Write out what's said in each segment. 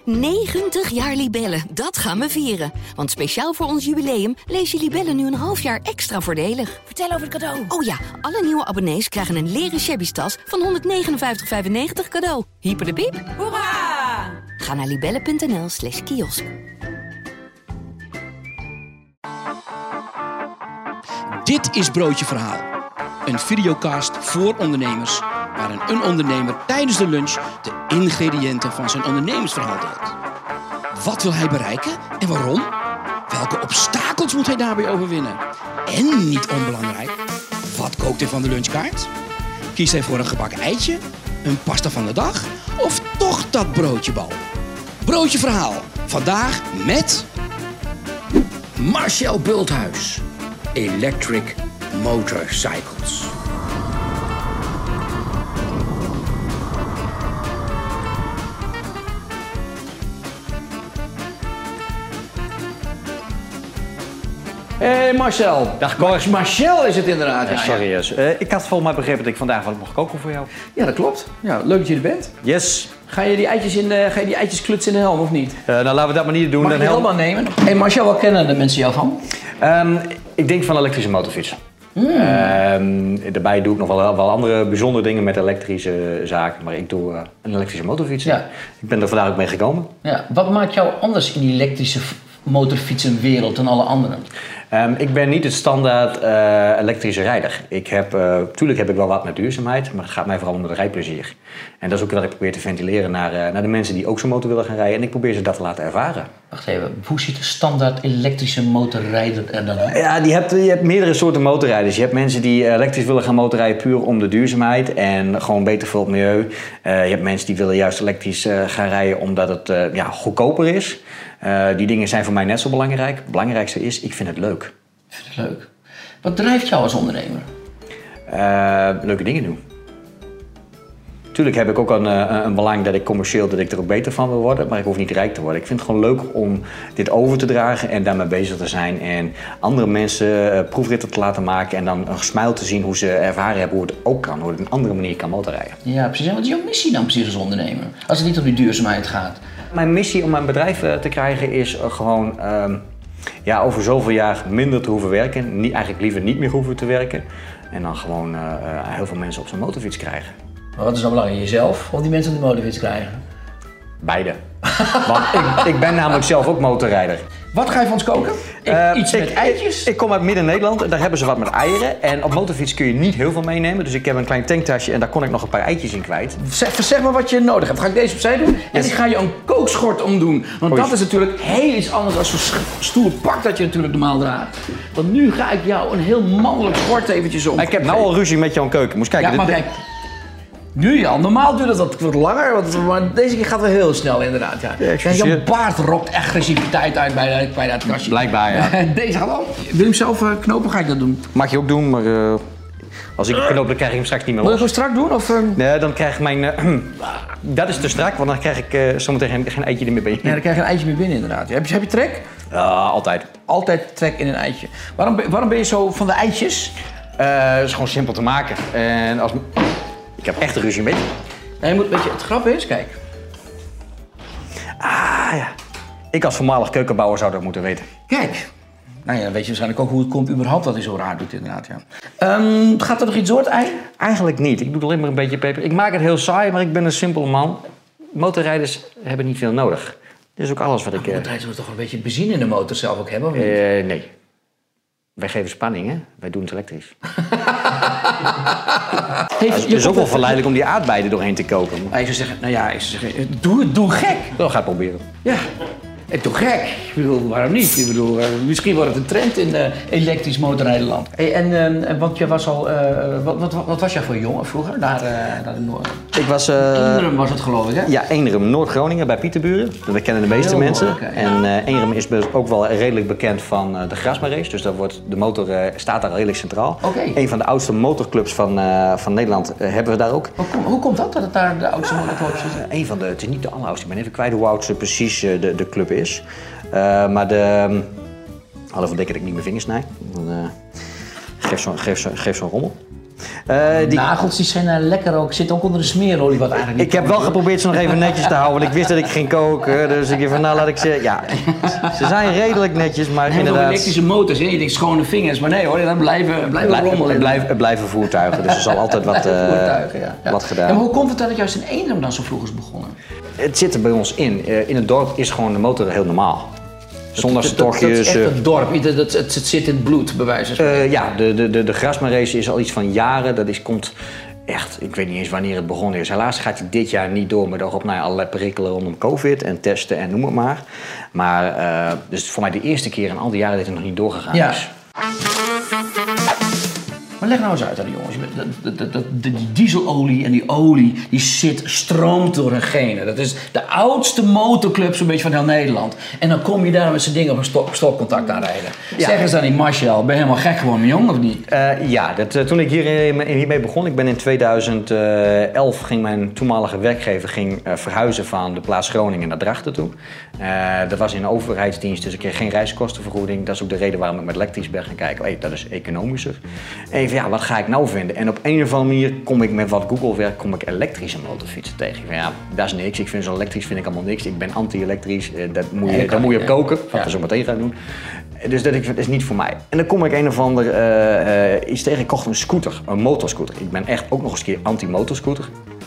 90 jaar Libellen, dat gaan we vieren. Want speciaal voor ons jubileum lees je Libellen nu een half jaar extra voordelig. Vertel over het cadeau. Oh ja, alle nieuwe abonnees krijgen een leren shabby tas van 159,95 cadeau. Hyper de piep. Hoera! Ga naar libellen.nl/kiosk. Dit is Broodje Verhaal. Een videocast voor ondernemers, waarin een ondernemer tijdens de lunch de ingrediënten van zijn ondernemersverhaal deelt. Wat wil hij bereiken en waarom? Welke obstakels moet hij daarbij overwinnen? En niet onbelangrijk, wat kookt hij van de lunchkaart? Kiest hij voor een gebakken eitje, een pasta van de dag of toch dat broodjebal? Broodje Verhaal, vandaag met Marcel Bulthuis, Electric Motorcycles. Hey Marcel. Dag Cor. Marcel is het inderdaad. Ja, sorry, yes. Ik had volgens mij begrepen dat ik vandaag wat mocht koken voor jou. Ja, dat klopt. Ja, leuk dat je er bent. Yes. Ga je die eitjes klutsen in de helm of niet? Nou, laten we dat maar niet doen. Mag je de helm aannemen? Hey Marcel, wat kennen de mensen jou van? Ik denk van elektrische motorfietsen. Daarbij doe ik nog wel andere bijzondere dingen met elektrische zaken. Maar ik doe een elektrische motorfiets. Ja. Ik ben er vandaag ook mee gekomen. Ja, wat maakt jou anders in die elektrische motorfietsenwereld dan alle anderen? Ik ben niet het standaard elektrische rijder. Tuurlijk heb ik wel wat met duurzaamheid, maar het gaat mij vooral om het rijplezier. En dat is ook wat ik probeer te ventileren naar de mensen die ook zo'n motor willen gaan rijden. En ik probeer ze dat te laten ervaren. Wacht even, hoe ziet de standaard elektrische motorrijder er dan uit? Ja, je hebt meerdere soorten motorrijders. Je hebt mensen die elektrisch willen gaan motorrijden puur om de duurzaamheid en gewoon beter voor het milieu. Je hebt mensen die willen juist elektrisch gaan rijden omdat het goedkoper is. Die dingen zijn voor mij net zo belangrijk. Het belangrijkste is, ik vind het leuk. Ik vind het leuk. Wat drijft jou als ondernemer? Leuke dingen doen. Tuurlijk heb ik ook een belang dat ik commercieel dat ik er ook beter van wil worden, maar ik hoef niet rijk te worden. Ik vind het gewoon leuk om dit over te dragen en daarmee bezig te zijn en andere mensen proefritten te laten maken en dan een smile te zien hoe ze ervaren hebben hoe het ook kan, hoe het op een andere manier kan motorrijden. Ja, precies. En wat is jouw missie dan precies als ondernemer? Als het niet om die duurzaamheid gaat. Mijn missie om mijn bedrijf te krijgen is gewoon over zoveel jaar minder te hoeven werken. Eigenlijk liever niet meer hoeven te werken. En dan gewoon heel veel mensen op zo'n motorfiets krijgen. Maar wat is dan belangrijk? Jezelf of die mensen op de motorfiets krijgen? Beide. Want ik ben namelijk zelf ook motorrijder. Wat ga je voor ons koken? Iets met eitjes? Ik kom uit Midden-Nederland, daar hebben ze wat met eieren. En op motorfiets kun je niet heel veel meenemen. Dus ik heb een klein tanktasje en daar kon ik nog een paar eitjes in kwijt. Zeg maar wat je nodig hebt. Ga ik deze opzij doen en ik ga je een kookschort omdoen. Want dat is natuurlijk heel iets anders dan zo'n stoer pak dat je natuurlijk normaal draagt. Want nu ga ik jou een heel mannelijk schort eventjes om. Ik heb nou al ruzie met jouw keuken. Moest kijken. Ja, maar kijk. Nu ja, normaal duurt dat wat langer, maar deze keer gaat het wel heel snel inderdaad. Ja. Jouw baard rokt agressiviteit uit bij dat kastje. Blijkbaar, ja. Deze gaat al. Wil je hem zelf knopen, ga ik dat doen? Mag je ook doen, maar als ik hem knoop, dan krijg ik hem straks niet meer Wil los. je gewoon strak doen? Of, Nee, dan krijg ik mijn... dat is te strak, want dan krijg ik zometeen geen eitje er meer binnen. Ja, dan krijg je een eitje meer binnen inderdaad. Heb je trek? Altijd. Altijd trek in een eitje. Waarom ben je zo van de eitjes? Het is gewoon simpel te maken. En ik heb echt een ruzie met je. Nee, weet je, het grap is, kijk. Ja. Ik als voormalig keukenbouwer zou dat moeten weten. Kijk. Nou ja, dan weet je waarschijnlijk ook hoe het komt überhaupt dat hij zo raar doet inderdaad, ja. Gaat er nog iets door het ei? Eigenlijk niet. Ik doe alleen maar een beetje peper. Ik maak het heel saai, maar ik ben een simpele man. Motorrijders hebben niet veel nodig. Dit is ook alles wat ik... Motorrijders moeten toch een beetje benzine in de motor zelf ook hebben, of niet? Nee. Wij geven spanning, hè? Wij doen het elektrisch. Het is ook wel verleidelijk om die aardbeien doorheen te koken. Ik zou zeggen, doe gek. Dat ga ik proberen. Ja, ik doe gek. Ik bedoel, waarom niet? Ik bedoel, misschien wordt het een trend in elektrisch motorrijdenland. Hey, want je was al, wat was jij voor jongen vroeger? Naar de Noord? Ik was... Eenrum was het geloof ik, hè? Ja, Eenrum, Noord-Groningen, bij Pieterburen. Dat kennen de meeste mensen. Mooi, okay. En Eenrum is ook wel redelijk bekend van de Grasma-race. Dus de motor staat daar redelijk centraal. Okay. Een van de oudste motorclubs van Nederland hebben we daar ook. Hoe komt dat het daar de oudste motorclub is? Het is niet de alleroudste. Ik ben even kwijt hoe oud ze precies de club is. Maar al even denken dat ik niet mijn vingers snij. Geef zo'n rommel. Die nagels die zijn lekker ook, zit ook onder de smeerolie wat eigenlijk niet. Ik heb wel geprobeerd ze nog even netjes te houden, want ik wist dat ik ging koken. Dus ik dacht van nou laat ik ze... Ja, ze zijn redelijk netjes, maar inderdaad... elektrische motors, hè? Je denkt schone vingers, maar nee hoor, dan blijven rommelen. Het blijven voertuigen, dus er zal altijd wat gedaan. Ja, maar hoe komt het dat juist in Eenrum dan zo vroeg is begonnen? Het zit er bij ons in. In het dorp is gewoon de motor heel normaal. Zondagstochtjes. Dat is echt het dorp, het zit in het bloed, bij wijze van spreken. Ja, de Grasma-race is al iets van jaren. Dat komt echt, ik weet niet eens wanneer het begonnen is. Helaas gaat hij dit jaar niet door met oog op allerlei perikelen rondom COVID en testen en noem het maar. Maar dus voor mij de eerste keer in al die jaren dat het nog niet doorgegaan is. Maar leg nou eens uit aan de jongens. Die dieselolie en die olie, die stroomt door hun genen. Dat is de oudste motorclub zo'n beetje van heel Nederland. En dan kom je daar met z'n dingen op een stopcontact aanrijden. Ja. Zeg eens dan die Marcel, ben je helemaal gek geworden, jongen, of niet? Toen ik hiermee begon, ik ben in 2011 ging mijn toenmalige werkgever verhuizen van de plaats Groningen naar Drachten toe. Dat was in een overheidsdienst, dus ik kreeg geen reiskostenvergoeding. Dat is ook de reden waarom ik met elektrisch ben gaan kijken. Dat is economischer. Even, ja, wat ga ik nou vinden? En op een of andere manier kom ik met wat Google werk, kom ik elektrische motorfietsen tegen. Ja, dat is niks. Ik vind zo'n elektrisch vind ik allemaal niks. Ik ben anti-elektrisch. Daar moet je op koken. Wat we zo meteen gaan doen. Dus dat is niet voor mij. En dan kom ik een of ander iets tegen. Ik kocht een scooter, een motorscooter. Ik ben echt ook nog eens een keer anti-motorscooter.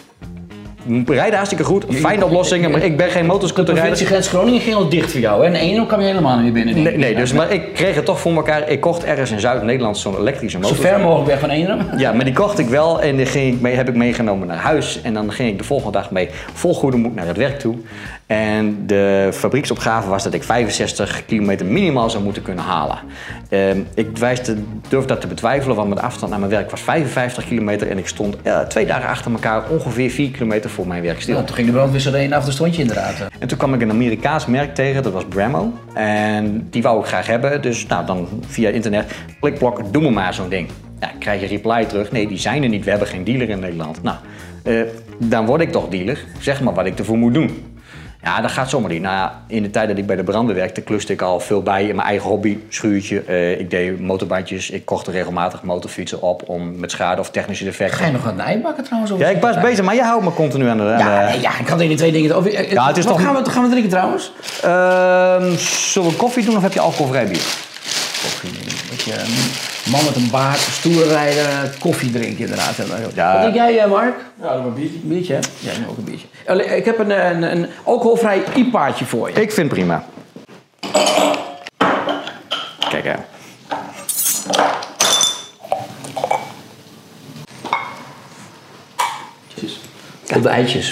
Rijden hartstikke goed, fijne oplossingen, maar ik ben geen motorscooterrijder. De provincie Grens Groningen ging al dicht voor jou, hè? En Eenrum kwam je helemaal niet meer binnen. Nee, dus, maar ik kreeg het toch voor elkaar. Ik kocht ergens in Zuid-Nederland zo'n elektrische motor. Zo ver mogelijk weg van Eenrum? Ja, maar die kocht ik wel en die heb ik meegenomen naar huis. En dan ging ik de volgende dag mee vol goede moed naar het werk toe. En de fabrieksopgave was dat ik 65 kilometer minimaal zou moeten kunnen halen. Ik durf dat te betwijfelen, want mijn afstand naar mijn werk was 55 kilometer. En ik stond 2 dagen achter elkaar ongeveer 4 kilometer voor mijn werk stil. Ja, toen ging de brandweer er een af de stondje inderdaad. En toen kwam ik een Amerikaans merk tegen, dat was Brembo. En die wou ik graag hebben, dus dan via internet, klikblok, doe me maar zo'n ding. Ja, ik krijg je reply terug, nee die zijn er niet, we hebben geen dealer in Nederland. Nou, dan word ik toch dealer, zeg maar wat ik ervoor moet doen. Ja, dat gaat zomaar niet. Nou, in de tijd dat ik bij de brandweer werkte, kluste ik al veel bij in mijn eigen hobby, schuurtje. Ik deed motorbandjes, ik kocht regelmatig motorfietsen op om met schade of technische defecten. Ga je nog wat nijbakken trouwens? Ja, ik was bezig, maar jij houdt me continu aan de... Ja, ik had in de 2 dingen over. Ja, wat gaan we drinken trouwens? Zullen we koffie doen of heb je alcoholvrij bier? Koffie, man met een baard, stoelrijder, koffie drinken inderdaad. Ja. Wat denk jij, Mark? Ja, dan een biertje. Een biertje, hè? Ja, ook een biertje. Ik heb een alcoholvrij IPA'tje voor je. Ik vind prima. Kijk hè. Op de eitjes.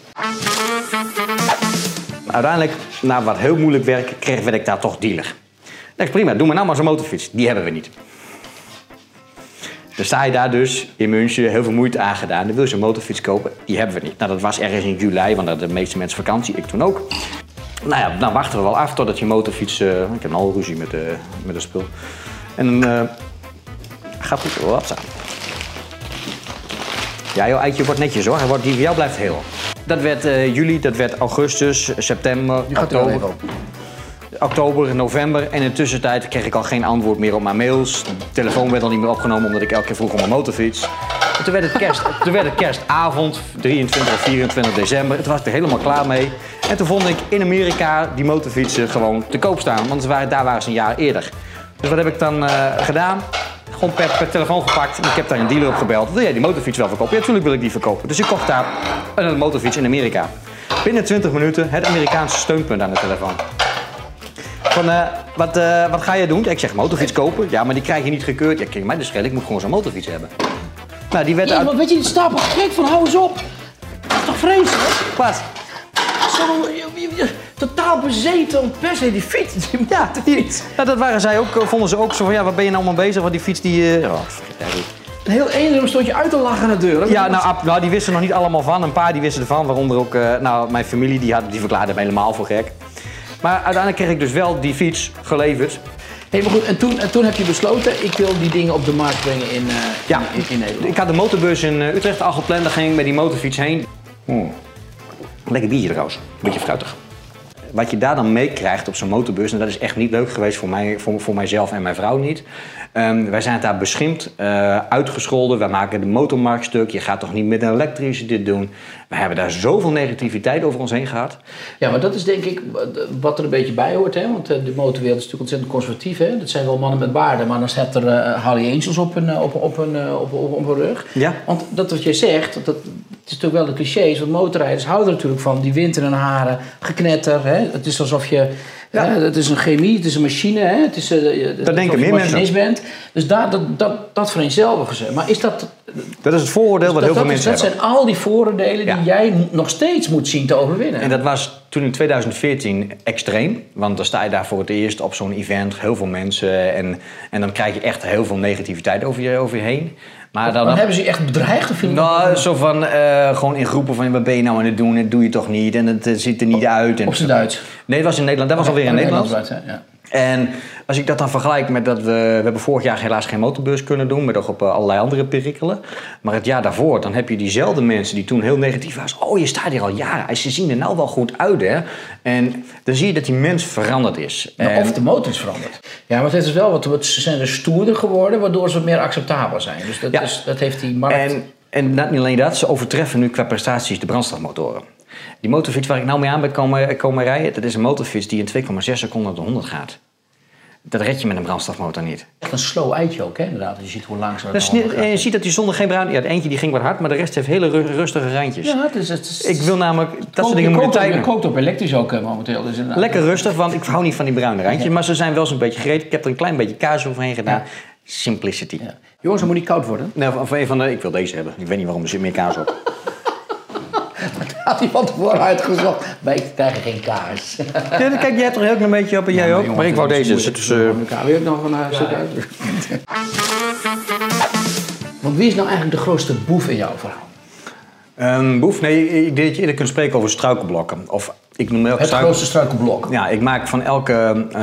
Uiteindelijk, na wat heel moeilijk werk, werd ik daar toch dealer. Ik dacht, prima, doe maar nou maar zo'n motorfiets. Die hebben we niet. Dan sta je daar dus in München, heel veel moeite aangedaan. Dan wil je zo'n motorfiets kopen, die hebben we niet. Nou, dat was ergens in juli, want dat de meeste mensen vakantie, ik toen ook. Nou ja, dan wachten we wel af totdat je motorfiets... ik heb al ruzie met de spul. En dan gaat goed. Hopsa. Ja, jouw eitje wordt netjes hoor. Die voor jou blijft heel. Dat werd juli, dat werd augustus, september, oktober, november. En in de tussentijd kreeg ik al geen antwoord meer op mijn mails. De telefoon werd al niet meer opgenomen omdat ik elke keer vroeg om een motorfiets. En toen werd het kerstavond, 23 of 24 december. En toen was ik er helemaal klaar mee. En toen vond ik in Amerika die motorfietsen gewoon te koop staan. Want daar waren ze een jaar eerder. Dus wat heb ik dan gedaan? Gewoon per telefoon gepakt. En ik heb daar een dealer op gebeld. Wil jij die motorfiets wel verkopen? Ja, natuurlijk wil ik die verkopen. Dus ik kocht daar een motorfiets in Amerika. Binnen 20 minuten het Amerikaanse steunpunt aan de telefoon. Wat ga je doen? Ik zeg motorfiets kopen. Ja, maar die krijg je niet gekeurd. Ja, kijk mij dus schelen. Ik moet gewoon zo'n motorfiets hebben. Nou, die werd uit... Weet je, die stapel gek van hou eens op. Dat is toch vreselijk? Wat? Totaal bezeten per se die fiets. Ja, dat waren zij ook, vonden ze ook zo van ja, wat ben je nou allemaal bezig? Want die fiets die... Een heel Eenrum stond je uit te lachen aan de deur. Ja, nou, die wisten er nog niet allemaal van. Een paar die wisten ervan, waaronder ook mijn familie, die verklaarde me helemaal voor gek. Maar uiteindelijk kreeg ik dus wel die fiets geleverd. Hey, maar goed, en toen heb je besloten, ik wil die dingen op de markt brengen in Nederland. Ik had de motorbeurs in Utrecht al gepland, daar ging ik met die motorfiets heen. Lekker biertje trouwens, een beetje fruitig. Wat je daar dan meekrijgt op zo'n motorbeurs, en dat is echt niet leuk geweest voor mijzelf en mijn vrouw niet. Wij zijn daar beschimpt, uitgescholden. Wij maken de motormarkt stuk. Je gaat toch niet met een elektrische dit doen. We hebben daar zoveel negativiteit over ons heen gehad. Ja, maar dat is denk ik wat er een beetje bij hoort. Hè? Want de motorwereld is natuurlijk ontzettend conservatief. Hè? Dat zijn wel mannen met baarden, maar dan staat er Harley Angels op hun rug. Ja. Want dat wat je zegt, het is natuurlijk wel de clichés. Want motorrijders houden natuurlijk van die wind in hun haren, geknetter. Hè? Het is alsof je... Ja, het is een chemie, het is een machine. Hè? Het is, dat denken meer mensen. Bent. Dus dat vereenzelvigen ze. Maar is dat... Dat is het vooroordeel wat heel veel mensen hebben. Dat zijn al die vooroordelen die jij nog steeds moet zien te overwinnen. En dat was toen in 2014 extreem. Want dan sta je daar voor het eerst op zo'n event, heel veel mensen. En dan krijg je echt heel veel negativiteit over je heen. Maar dan hebben ze je echt bedreigd? Of nou, zo van gewoon in groepen van wat ben je nou aan het doen? Dat doe je toch niet en het ziet er niet uit. En op zijn Duits? Nee, het was in Nederland. Dat was alweer in Nederland. Ja. En als ik dat dan vergelijk met dat we hebben vorig jaar helaas geen motorbeurs kunnen doen, met ook op allerlei andere perikelen. Maar het jaar daarvoor, dan heb je diezelfde mensen die toen heel negatief waren. Oh, je staat hier al jaren. Ze zien er nou wel goed uit, hè? En dan zie je dat die mens veranderd is. Nou, of de motor is veranderd. Ja, maar het is wel ze zijn er stoerder geworden, waardoor ze wat meer acceptabel zijn. Dus dat heeft die markt. En niet alleen dat, ze overtreffen nu qua prestaties de brandstofmotoren. Die motorfiets waar ik nou mee aan ben komen rijden, dat is een motorfiets die in 2,6 seconden de 100 gaat. Dat red je met een brandstofmotor niet. Echt een slow eitje ook, hè, inderdaad. Je ziet hoe langzaam het gaat. En je ziet dat die zonder geen bruin... Ja, het eentje die ging wat hard, maar de rest heeft hele rustige randjes. Ja, het is ik wil namelijk... Dat soort dingen moet je timen. Je kookt op elektrisch ook momenteel. Dus lekker rustig, want ik hou niet van die bruine randjes. Ja. Maar ze zijn wel zo'n beetje gretig. Ik heb er een klein beetje kaas overheen gedaan. Ja. Simplicity. Ja. Jongens, dat moet niet koud worden. Nou, ik wil deze hebben. Ik weet niet waarom er zit meer kaas op. Had hij van tevoren uitgezocht. Wij krijgen geen kaas. Ja, kijk, jij hebt er ook een beetje op en jij ook. Maar ik wou deze. Wil je nog een stuk uit? Want wie is nou eigenlijk de grootste boef in jouw verhaal? Boef? Nee, ik denk dat je eerder kunt spreken over struikelblokken. Of ik noem het grootste struikelblok? Ja, ik maak van elk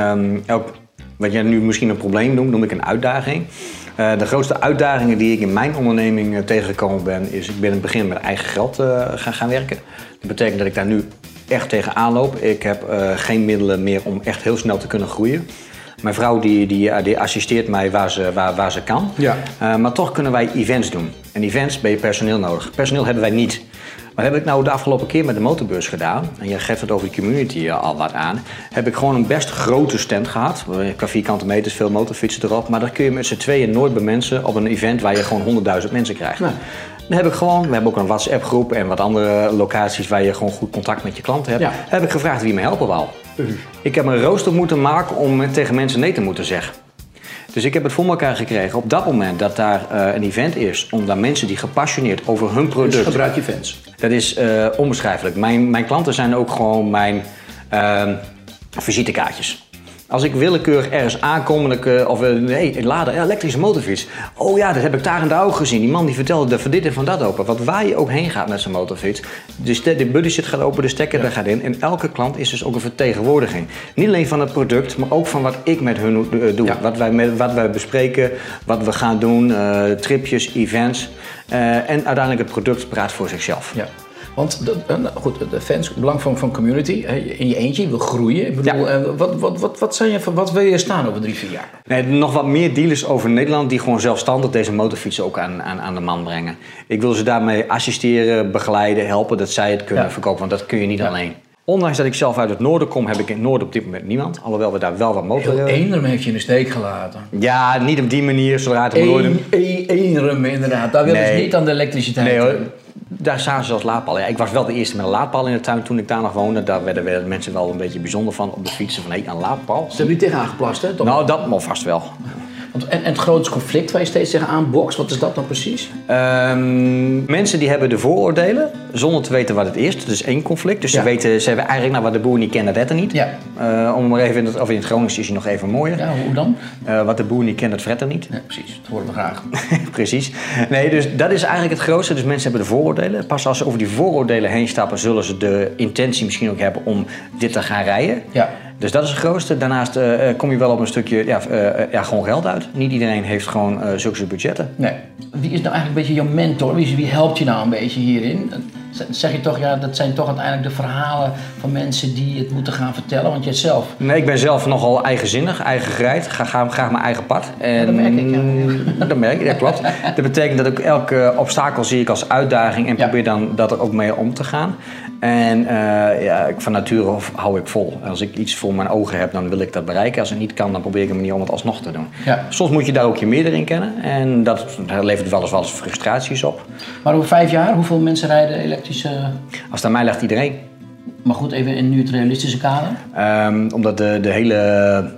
wat jij nu misschien een probleem noemt, noem ik een uitdaging. De grootste uitdagingen die ik in mijn onderneming tegengekomen ben, is ik ben in het begin met eigen geld gaan werken. Dat betekent dat ik daar nu echt tegenaan loop. Ik heb geen middelen meer om echt heel snel te kunnen groeien. Mijn vrouw die assisteert mij waar ze kan. Ja. Maar toch kunnen wij events doen. En events ben je personeel nodig. Personeel hebben wij niet. Wat heb ik nou de afgelopen keer met de motorbeurs gedaan? En je geeft het over de community al wat aan. Heb ik gewoon een best grote stand gehad. Qua vierkante meters, veel motorfietsen erop. Maar dat kun je met z'n tweeën nooit bemensen op een event waar je gewoon 100.000 mensen krijgt. Nee. Dan heb ik we hebben ook een WhatsApp groep en wat andere locaties waar je gewoon goed contact met je klanten hebt. Ja. Heb ik gevraagd wie me helpen wou. Ik heb een rooster moeten maken om tegen mensen nee te moeten zeggen. Dus ik heb het voor elkaar gekregen op dat moment dat daar een event is, om daar mensen die gepassioneerd over hun product... Dus gebruik je fans? Dat is onbeschrijfelijk. Mijn klanten zijn ook gewoon mijn visitekaartjes. Als ik willekeurig ergens aankom laden, elektrische motorfiets. Oh ja, dat heb ik daar en daar ook gezien. Die man die vertelde van dit en van dat open. Want waar je ook heen gaat met zijn motorfiets. De buddy gaat open, de stekker daar gaat in. En elke klant is dus ook een vertegenwoordiging. Niet alleen van het product, maar ook van wat ik met hun doe. Ja. Wat wij bespreken, wat we gaan doen, tripjes, events. En uiteindelijk het product praat voor zichzelf. Ja. Want de fans, het belang van community, in je eentje, je wil groeien. Ik bedoel, wat wil je staan over 3-4 jaar? Nee, nog wat meer dealers over Nederland die gewoon zelfstandig deze motorfietsen ook aan de man brengen. Ik wil ze daarmee assisteren, begeleiden, helpen dat zij het kunnen verkopen, want dat kun je niet alleen. Ondanks dat ik zelf uit het noorden kom, heb ik in het noorden op dit moment niemand. Alhoewel we daar wel wat motor hebben. Eenrum heeft je in de steek gelaten. Ja, niet op die manier, zodra het Eenrum inderdaad, daar willen ze niet aan de elektriciteit. Nee hoor. Daar staan ze als laadpaal. Ja, ik was wel de eerste met een laadpaal in de tuin toen ik daar nog woonde. Daar werden mensen wel een beetje bijzonder van op de fietsen. Van een laadpaal. Ze hebben niet tegenaan geplast, hè? Toch? Nou, dat maar vast wel. En het grootste conflict waar je steeds tegenaan bokst, wat is dat dan precies? Mensen die hebben de vooroordelen zonder te weten wat het is. Dat is één conflict. Dus ze hebben eigenlijk wat de boer niet kent, dat redt er niet. Ja. Om maar even in het Gronings is hij nog even mooier. Ja, hoe dan? Wat de boer niet kent, dat redt er niet. Ja, precies, dat horen we graag. Precies. Nee, dus dat is eigenlijk het grootste. Dus mensen hebben de vooroordelen. Pas als ze over die vooroordelen heen stappen, zullen ze de intentie misschien ook hebben om dit te gaan rijden. Ja. Dus dat is het grootste. Daarnaast kom je wel op een stukje gewoon geld uit. Niet iedereen heeft gewoon zulke budgetten. Nee. Wie is nou eigenlijk een beetje jouw mentor? Wie helpt je nou een beetje hierin? zeg je toch, ja, dat zijn toch uiteindelijk de verhalen van mensen die het moeten gaan vertellen, want jij zelf... Nee, ik ben zelf nogal eigenzinnig, eigengereid. Ik ga graag mijn eigen pad. En, dat merk ik, ja. Dat merk ik, ja, klopt. Dat betekent dat ik elke obstakel zie ik als uitdaging en probeer dan dat er ook mee om te gaan. En van nature hou ik vol. Als ik iets voor mijn ogen heb, dan wil ik dat bereiken. Als het niet kan, dan probeer ik een manier om het alsnog te doen. Ja. Soms moet je daar ook je meerdere in kennen. En dat levert wel eens frustraties op. Maar over 5 jaar, hoeveel mensen rijden elektrische... Als het aan mij ligt, iedereen. Maar goed, even in nu het realistische kader. Omdat de hele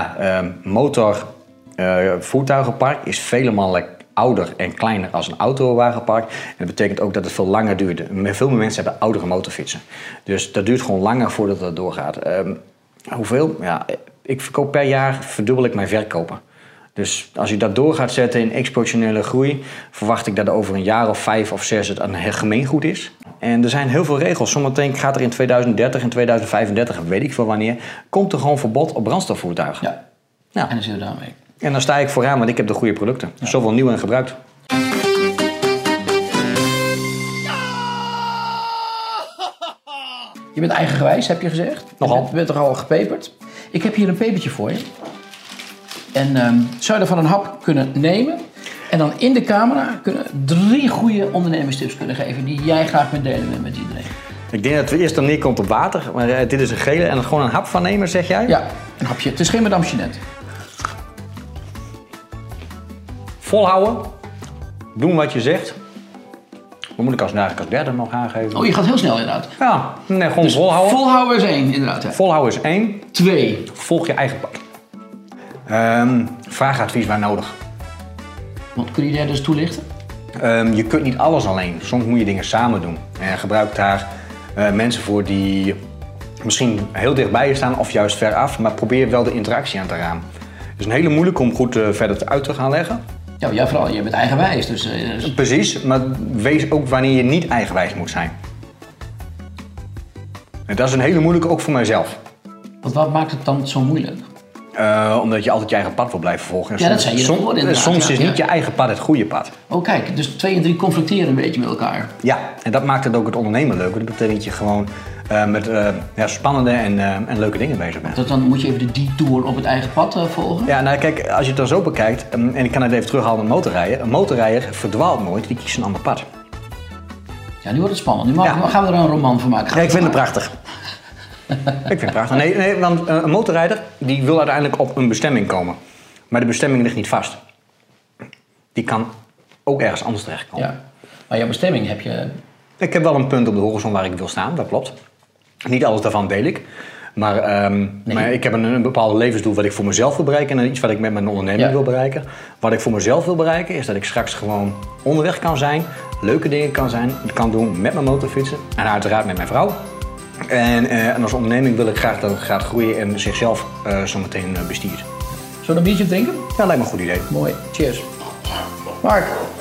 voertuigenpark is vele malen ouder en kleiner als een autowagenpark. En dat betekent ook dat het veel langer duurt. Veel meer mensen hebben oudere motorfietsen. Dus dat duurt gewoon langer voordat het doorgaat. Hoeveel? Ja, ik verkoop per jaar, verdubbel ik mijn verkopen. Dus als je dat door gaat zetten in exponentiële groei, verwacht ik dat over een jaar of 5 of 6 het een gemeengoed is. En er zijn heel veel regels. Zometeen gaat er in 2030 en 2035, weet ik veel wanneer, komt er gewoon verbod op brandstofvoertuigen. Ja. Nou. En dan zit je daarmee. En dan sta ik vooraan, want ik heb de goede producten. Ja. Zowel nieuw en gebruikt. Je bent eigengewijs, heb je gezegd. Nogal. Je bent toch al gepeperd. Ik heb hier een pepertje voor je. En zou je ervan een hap kunnen nemen en dan in de camera 3 goede ondernemerstips kunnen geven die jij graag kunt delen met iedereen. Ik denk dat het eerst dan neerkomt op water, maar dit is een gele en er gewoon een hap van nemen, zeg jij? Ja, een hapje. Het is geen Madame Jeanette. Volhouden, doen wat je zegt. Wat moet ik als derde nog aangeven? Oh, je gaat heel snel inderdaad. Ja, nee, gewoon dus volhouden. Volhouden is 1 inderdaad. Ja. Volhouden is 1. 2. Volg je eigen pad. Vraag advies waar nodig. Wat kun je daar dus toelichten? Je kunt niet alles alleen. Soms moet je dingen samen doen. En gebruik daar mensen voor die misschien heel dichtbij je staan of juist ver af, maar probeer wel de interactie aan te gaan. Het is een hele moeilijk om goed verder uit te gaan leggen. Ja, vooral, je bent eigenwijs. Dus... Precies, maar wees ook wanneer je niet eigenwijs moet zijn. En dat is een hele moeilijke ook voor mijzelf. Want wat maakt het dan zo moeilijk? Omdat je altijd je eigen pad wil blijven volgen. Ja, dat zei je ervoor inderdaad. Soms is niet je eigen pad het goede pad. Oh kijk, dus 2 en 3 conflicteren een beetje met elkaar. Ja, en dat maakt het ook het ondernemen leuk. Dat betekent dat je gewoon met spannende en leuke dingen bezig bent. Dus dan moet je even de detour op het eigen pad volgen? Ja, nou kijk, als je het dan zo bekijkt, en ik kan het even terughalen met motorrijden. Een motorrijder verdwaalt nooit, die kiest een ander pad. Ja, nu wordt het spannend. Nu gaan we er een roman van maken. Ja, ik vind het prachtig. Ik vind het prachtig. Nee, want een motorrijder die wil uiteindelijk op een bestemming komen. Maar de bestemming ligt niet vast. Die kan ook ergens anders terechtkomen. Ja. Maar jouw bestemming heb je... Ik heb wel een punt op de horizon waar ik wil staan, dat klopt. Niet alles daarvan deel ik. Maar, maar ik heb een bepaald levensdoel wat ik voor mezelf wil bereiken en iets wat ik met mijn onderneming wil bereiken. Wat ik voor mezelf wil bereiken is dat ik straks gewoon onderweg kan zijn, leuke dingen kan doen met mijn motorfietsen en uiteraard met mijn vrouw. En als onderneming wil ik graag dat het gaat groeien en zichzelf zometeen bestiert. Zullen we een biertje drinken? Ja, lijkt me een goed idee. Mooi. Cheers. Mark.